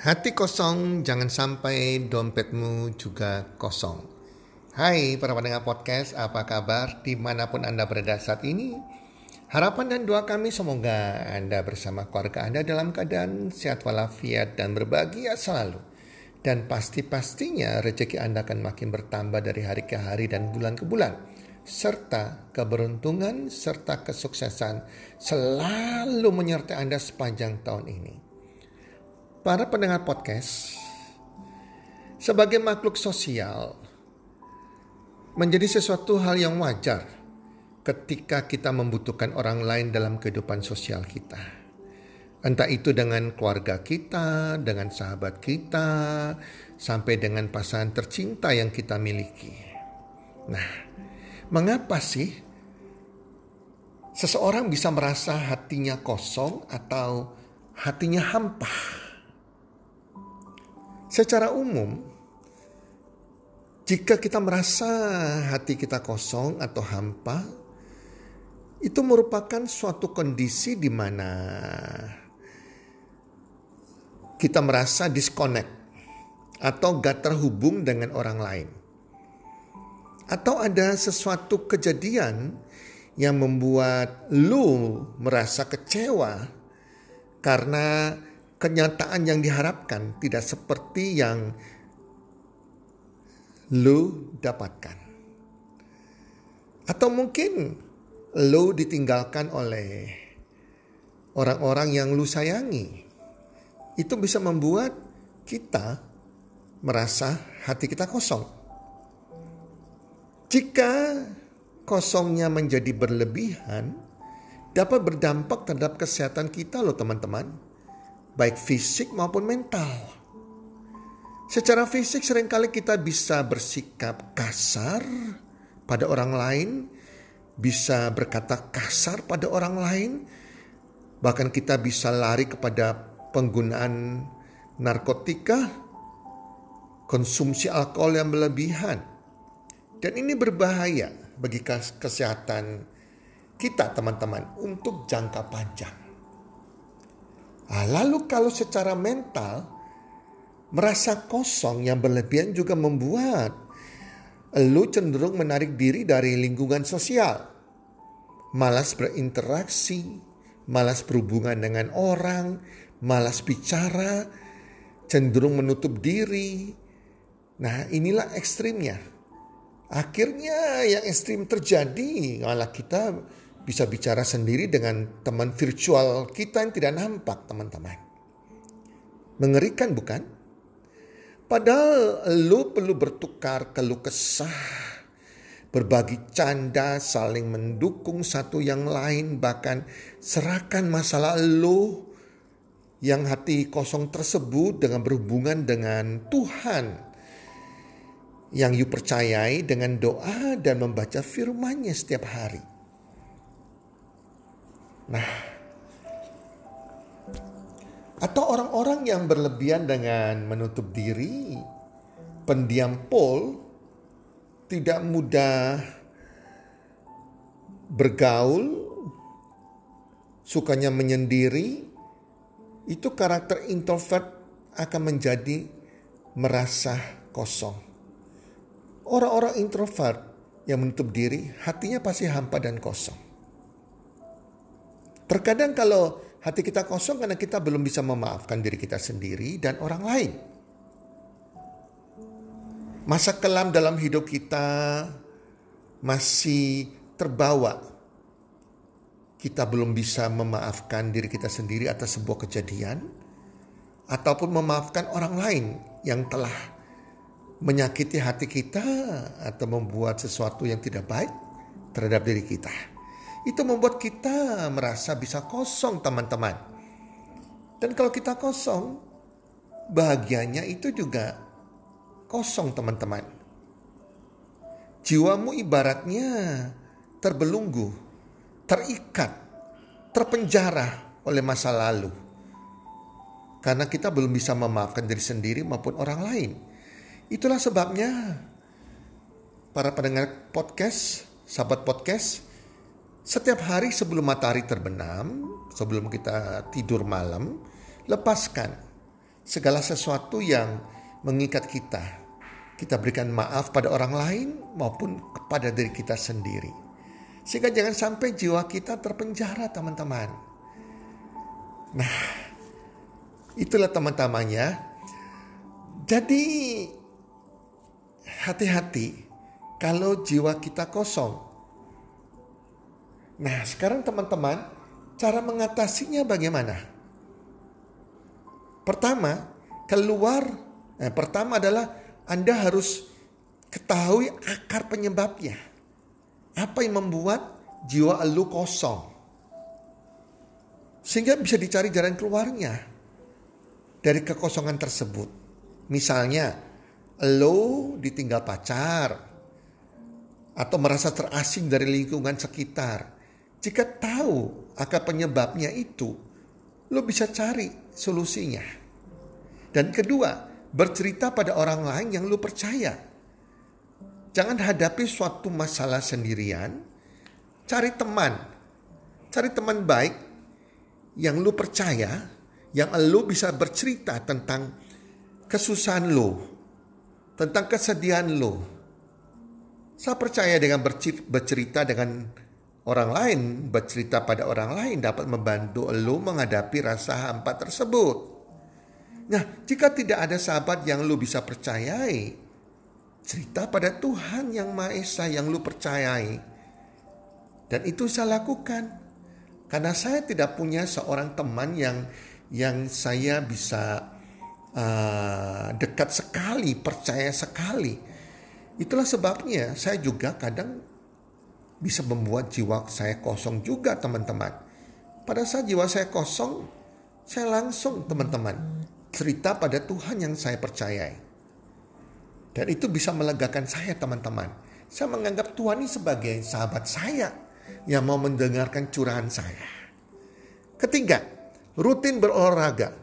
Hati kosong, jangan sampai dompetmu juga kosong. Hai para pendengar podcast, apa kabar dimanapun Anda berada saat ini? Harapan dan doa kami semoga Anda bersama keluarga Anda dalam keadaan sehat walafiat dan berbahagia selalu. Dan pasti-pastinya rezeki Anda akan makin bertambah dari hari ke hari dan bulan ke bulan. Serta keberuntungan serta kesuksesan selalu menyertai Anda sepanjang tahun ini. Para pendengar podcast, sebagai makhluk sosial, menjadi sesuatu hal yang wajar ketika kita membutuhkan orang lain dalam kehidupan sosial kita. Entah itu dengan keluarga kita, dengan sahabat kita, sampai dengan pasangan tercinta yang kita miliki. Nah, mengapa sih seseorang bisa merasa hatinya kosong atau hatinya hampa? Secara umum, jika kita merasa hati kita kosong atau hampa, itu merupakan suatu kondisi di mana kita merasa disconnect atau gak terhubung dengan orang lain. Atau ada sesuatu kejadian yang membuat lu merasa kecewa karena kenyataan yang diharapkan tidak seperti yang lu dapatkan. Atau mungkin lu ditinggalkan oleh orang-orang yang lu sayangi. Itu bisa membuat kita merasa hati kita kosong. Jika kosongnya menjadi berlebihan, dapat berdampak terhadap kesehatan kita loh teman-teman. Baik fisik maupun mental. Secara fisik seringkali kita bisa bersikap kasar pada orang lain, bisa berkata kasar pada orang lain, bahkan kita bisa lari kepada penggunaan narkotika, konsumsi alkohol yang berlebihan. Dan ini berbahaya bagi kesehatan kita teman-teman untuk jangka panjang. Lalu kalau secara mental, merasa kosong yang berlebihan juga membuat lu cenderung menarik diri dari lingkungan sosial. Malas berinteraksi, malas berhubungan dengan orang, malas bicara, cenderung menutup diri. Nah, inilah ekstrimnya. Akhirnya yang ekstrim terjadi, malah kita bisa bicara sendiri dengan teman virtual kita yang tidak nampak, teman-teman. Mengerikan bukan? Padahal lu perlu bertukar keluh kesah, berbagi canda, saling mendukung satu yang lain, bahkan serahkan masalah lu yang hati kosong tersebut dengan berhubungan dengan Tuhan yang you percayai dengan doa dan membaca firman-Nya setiap hari. Nah, atau orang-orang yang berlebihan dengan menutup diri, pendiam pol, tidak mudah bergaul, sukanya menyendiri, itu karakter introvert akan menjadi merasa kosong. Orang-orang introvert yang menutup diri, hatinya pasti hampa dan kosong. Terkadang kalau hati kita kosong karena kita belum bisa memaafkan diri kita sendiri dan orang lain. Masa kelam dalam hidup kita masih terbawa. Kita belum bisa memaafkan diri kita sendiri atas sebuah kejadian. Ataupun memaafkan orang lain yang telah menyakiti hati kita atau membuat sesuatu yang tidak baik terhadap diri kita. Itu membuat kita merasa bisa kosong, teman-teman. Dan kalau kita kosong, bahagianya itu juga kosong, teman-teman. Jiwamu ibaratnya terbelunggu, terikat, terpenjara oleh masa lalu. Karena kita belum bisa memaafkan diri sendiri maupun orang lain. Itulah sebabnya para pendengar podcast, sahabat podcast, setiap hari sebelum matahari terbenam, sebelum kita tidur malam, lepaskan segala sesuatu yang mengikat kita. Kita berikan maaf pada orang lain maupun kepada diri kita sendiri. Sehingga jangan sampai jiwa kita terpenjara, teman-teman. Nah, itulah teman-temannya. Jadi hati-hati kalau jiwa kita kosong. Nah, sekarang teman-teman, cara mengatasinya bagaimana? Pertama adalah Anda harus ketahui akar penyebabnya. Apa yang membuat jiwa elu kosong? Sehingga bisa dicari jalan keluarnya dari kekosongan tersebut. Misalnya, elu ditinggal pacar atau merasa terasing dari lingkungan sekitar. Jika tahu akar penyebabnya itu, lo bisa cari solusinya. Dan kedua, bercerita pada orang lain yang lo percaya. Jangan hadapi suatu masalah sendirian. Cari teman baik yang lo percaya, yang lo bisa bercerita tentang kesusahan lo, tentang kesedihan lo. Saya percaya dengan bercerita dengan orang lain, bercerita pada orang lain dapat membantu lo menghadapi rasa hampa tersebut. Nah, jika tidak ada sahabat yang lo bisa percayai, cerita pada Tuhan yang Maha Esa yang lu percayai. Dan itu saya lakukan. Karena saya tidak punya seorang teman yang saya bisa dekat sekali, percaya sekali. Itulah sebabnya saya juga kadang bisa membuat jiwa saya kosong juga, teman-teman. Pada saat jiwa saya kosong, saya langsung, teman-teman, cerita pada Tuhan yang saya percayai. Dan itu bisa melegakan saya, teman-teman. Saya menganggap Tuhan ini sebagai sahabat saya yang mau mendengarkan curahan saya. Ketiga, rutin berolahraga.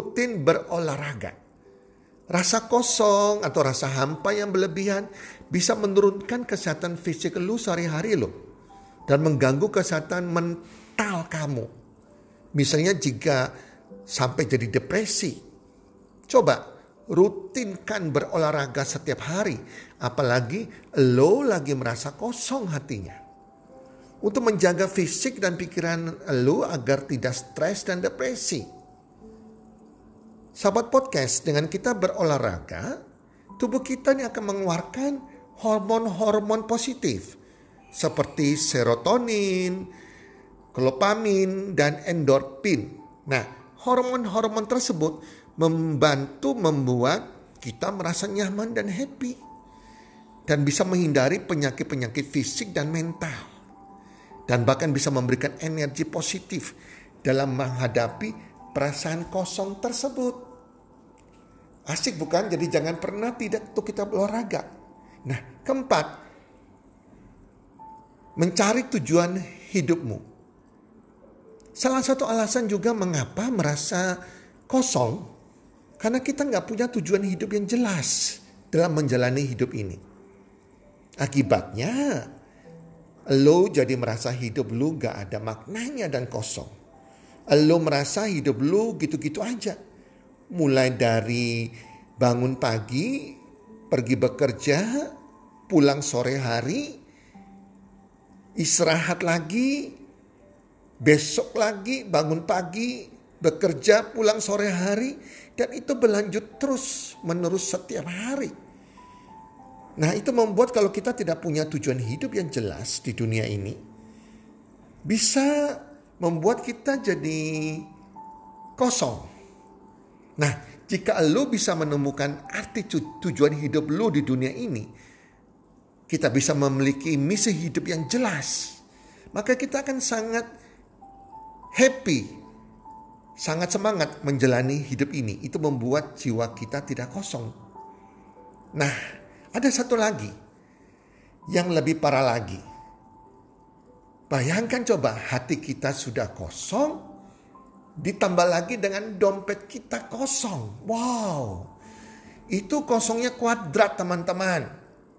Rasa kosong atau rasa hampa yang berlebihan bisa menurunkan kesehatan fisik lu sehari-hari lo. Dan mengganggu kesehatan mental kamu. Misalnya jika sampai jadi depresi. Coba rutinkan berolahraga setiap hari. Apalagi lo lagi merasa kosong hatinya. Untuk menjaga fisik dan pikiran lo agar tidak stres dan depresi. Sahabat podcast, dengan kita berolahraga, tubuh kita ini akan mengeluarkan hormon-hormon positif. Seperti serotonin, dopamin, dan endorfin. Nah, hormon-hormon tersebut membantu membuat kita merasa nyaman dan happy. Dan bisa menghindari penyakit-penyakit fisik dan mental. Dan bahkan bisa memberikan energi positif dalam menghadapi perasaan kosong tersebut. Asik bukan? Jadi jangan pernah tidak untuk kita berolahraga. Nah, keempat, mencari tujuan hidupmu. Salah satu alasan juga mengapa merasa kosong, karena kita nggak punya tujuan hidup yang jelas dalam menjalani hidup ini. Akibatnya, lo jadi merasa hidup lo nggak ada maknanya dan kosong. Lo merasa hidup lo gitu-gitu aja. Mulai dari bangun pagi, pergi bekerja, pulang sore hari, istirahat lagi, besok lagi, bangun pagi, bekerja, pulang sore hari, dan itu berlanjut terus menerus setiap hari. Nah, itu membuat kalau kita tidak punya tujuan hidup yang jelas di dunia ini, bisa membuat kita jadi kosong. Nah, jika lo bisa menemukan arti tujuan hidup lo di dunia ini, kita bisa memiliki misi hidup yang jelas, maka kita akan sangat happy, sangat semangat menjalani hidup ini. Itu membuat jiwa kita tidak kosong. Nah, ada satu lagi yang lebih parah lagi. Bayangkan coba, hati kita sudah kosong, ditambah lagi dengan dompet kita kosong. Wow, itu kosongnya kuadrat, teman-teman.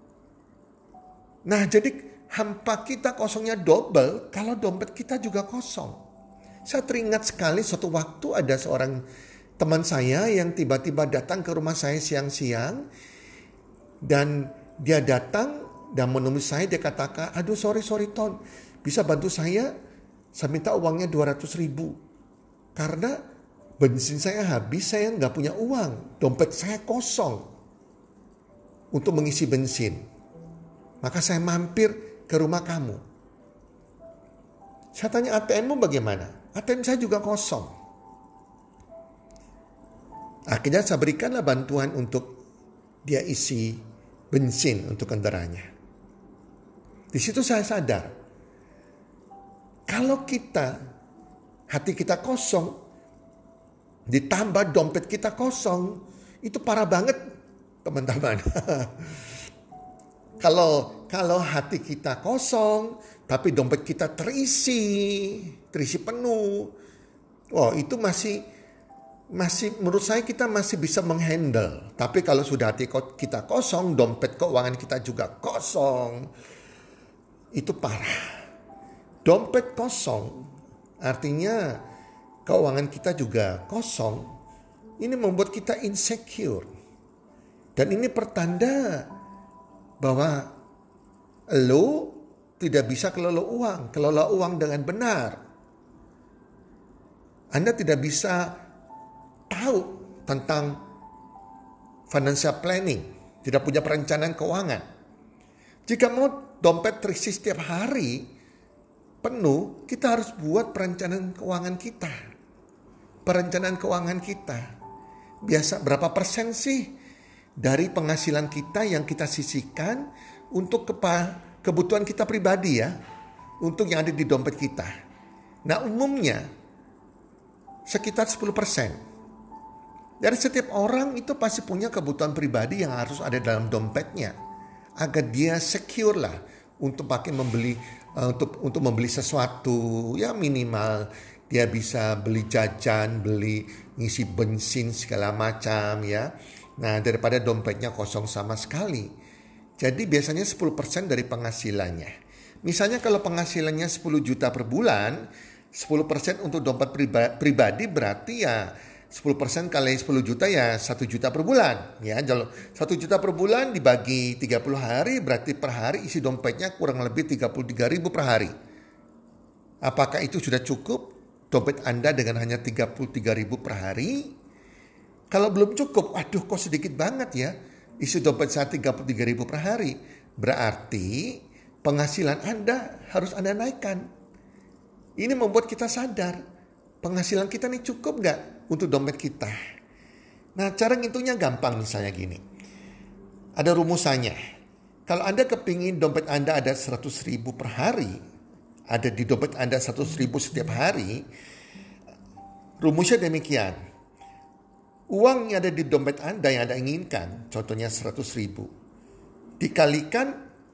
Nah, jadi hampa kita kosongnya double kalau dompet kita juga kosong. Saya teringat sekali suatu waktu ada seorang teman saya yang tiba-tiba datang ke rumah saya siang-siang. Dan dia datang dan menemui saya, dia katakan, aduh sorry Ton, bisa bantu saya minta uangnya 200.000. Karena bensin saya habis, saya nggak punya uang, dompet saya kosong untuk mengisi bensin. Maka saya mampir ke rumah kamu. Saya tanya, ATM-mu bagaimana? ATM saya juga kosong. Akhirnya saya berikanlah bantuan untuk dia isi bensin untuk kendaraannya. Di situ saya sadar, kalau hati kita kosong, ditambah dompet kita kosong, itu parah banget teman-teman. Kalau hati kita kosong, tapi dompet kita terisi penuh, itu masih menurut saya kita masih bisa menghandle. Tapi kalau sudah hati kita kosong, dompet keuangan kita juga kosong, itu parah. Dompet kosong artinya keuangan kita juga kosong. Ini membuat kita insecure. Dan ini pertanda bahwa lo tidak bisa kelola uang dengan benar. Anda tidak bisa tahu tentang financial planning, tidak punya perencanaan keuangan. Jika mau dompet terisi setiap hari penuh, kita harus buat perencanaan keuangan kita. Perencanaan keuangan kita. Biasa berapa persen sih dari penghasilan kita yang kita sisihkan untuk kebutuhan kita pribadi ya, untuk yang ada di dompet kita. Nah umumnya sekitar 10%. Dari setiap orang itu pasti punya kebutuhan pribadi yang harus ada dalam dompetnya, agar dia secure lah untuk untuk membeli sesuatu, ya minimal dia bisa beli jajan, beli ngisi bensin segala macam ya. Nah daripada dompetnya kosong sama sekali. Jadi biasanya 10% dari penghasilannya. Misalnya kalau penghasilannya 10 juta per bulan, 10% untuk dompet pribadi berarti ya 10% kali 10 juta ya 1 juta per bulan. Ya, 1 juta per bulan dibagi 30 hari berarti per hari isi dompetnya kurang lebih 33.000 per hari. Apakah itu sudah cukup dompet Anda dengan hanya 33.000 per hari? Kalau belum cukup, waduh kok sedikit banget ya. Isi dompet saya 33.000 per hari. Berarti penghasilan Anda harus Anda naikkan. Ini membuat kita sadar. Penghasilan kita nih cukup gak untuk dompet kita? Nah cara ngitungnya gampang misalnya gini. Ada rumusannya. Kalau Anda kepingin dompet Anda ada 100.000 per hari, ada di dompet Anda 100.000 setiap hari, rumusnya demikian. Uang yang ada di dompet Anda yang Anda inginkan, contohnya 100.000, dikalikan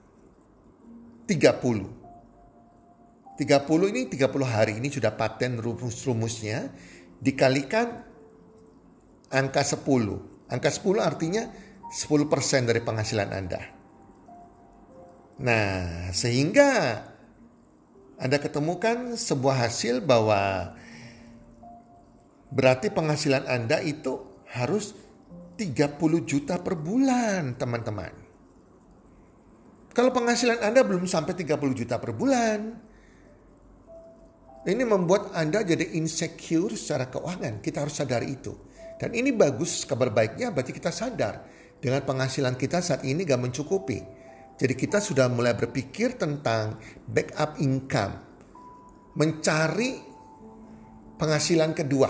30. 30 ini 30 hari, ini sudah paten rumusnya, dikalikan angka 10. Angka 10 artinya 10% dari penghasilan Anda. Nah, sehingga Anda ketemukan sebuah hasil bahwa berarti penghasilan Anda itu harus 30 juta per bulan, teman-teman. Kalau penghasilan Anda belum sampai 30 juta per bulan, ini membuat Anda jadi insecure secara keuangan. Kita harus sadari itu. Dan ini bagus, kabar baiknya berarti kita sadar. Dengan penghasilan kita saat ini gak mencukupi. Jadi kita sudah mulai berpikir tentang backup income. Mencari penghasilan kedua.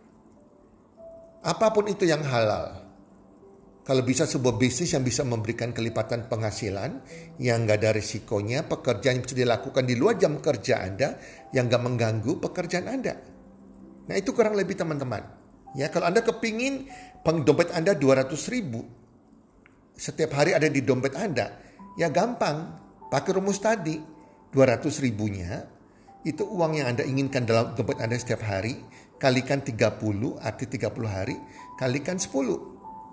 Apapun itu yang halal. Kalau bisa sebuah bisnis yang bisa memberikan kelipatan penghasilan yang gak ada risikonya, pekerjaan yang bisa dilakukan di luar jam kerja Anda yang gak mengganggu pekerjaan Anda. Nah itu kurang lebih teman-teman. Ya kalau Anda kepingin dompet Anda 200.000 setiap hari ada di dompet Anda, ya gampang. Pakai rumus tadi, 200.000-nya itu uang yang Anda inginkan dalam dompet Anda setiap hari, kalikan 30, arti 30 hari, kalikan 10.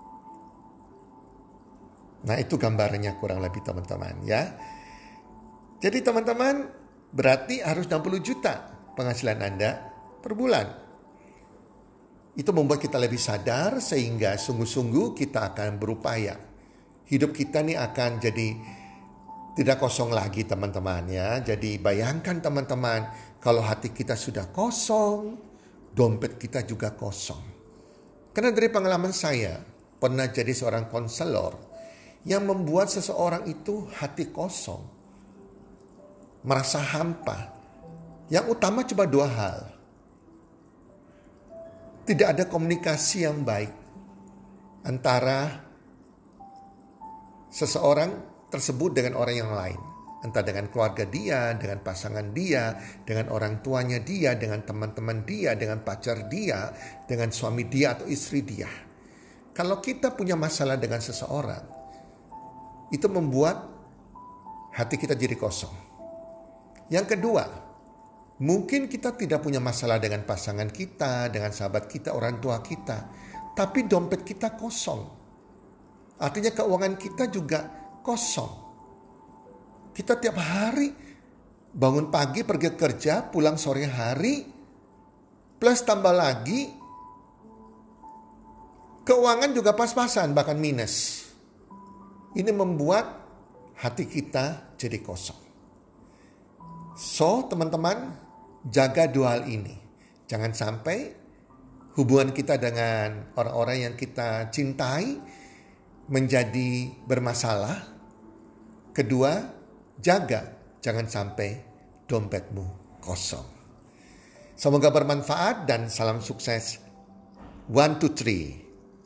Nah itu gambarnya kurang lebih teman-teman ya. Jadi teman-teman berarti harus 60 juta penghasilan Anda per bulan. Itu membuat kita lebih sadar sehingga sungguh-sungguh kita akan berupaya. Hidup kita nih akan jadi tidak kosong lagi teman-teman ya. Jadi bayangkan teman-teman, kalau hati kita sudah kosong, dompet kita juga kosong. Karena dari pengalaman saya, pernah jadi seorang konselor yang membuat seseorang itu hati kosong, merasa hampa. Yang utama cuma 2 hal. Tidak ada komunikasi yang baik antara seseorang tersebut dengan orang yang lain. Entah dengan keluarga dia, dengan pasangan dia, dengan orang tuanya dia, dengan teman-teman dia, dengan pacar dia, dengan suami dia atau istri dia. Kalau kita punya masalah dengan seseorang, itu membuat hati kita jadi kosong. Yang kedua, mungkin kita tidak punya masalah dengan pasangan kita, dengan sahabat kita, orang tua kita. Tapi dompet kita kosong. Artinya keuangan kita juga kosong. Kita tiap hari bangun pagi pergi kerja, pulang sore hari. Plus tambah lagi, keuangan juga pas-pasan, bahkan minus. Ini membuat hati kita jadi kosong. So, teman-teman, jaga 2 hal ini. Jangan sampai hubungan kita dengan orang-orang yang kita cintai menjadi bermasalah. Kedua, jaga jangan sampai dompetmu kosong. Semoga bermanfaat dan salam sukses. 1, 2, 3.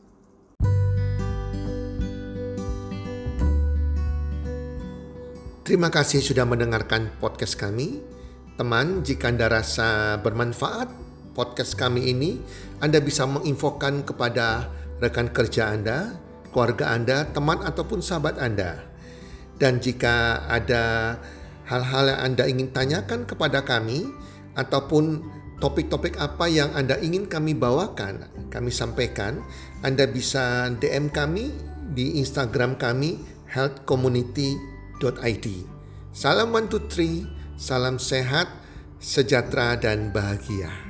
Terima kasih sudah mendengarkan podcast kami. Teman, jika Anda rasa bermanfaat podcast kami ini, Anda bisa menginfokan kepada rekan kerja Anda, keluarga Anda, teman ataupun sahabat Anda. Dan jika ada hal-hal yang Anda ingin tanyakan kepada kami, ataupun topik-topik apa yang Anda ingin kami bawakan, kami sampaikan, Anda bisa DM kami di Instagram kami, healthcommunity.id. Salam 1, 2, 3, salam sehat, sejahtera dan bahagia.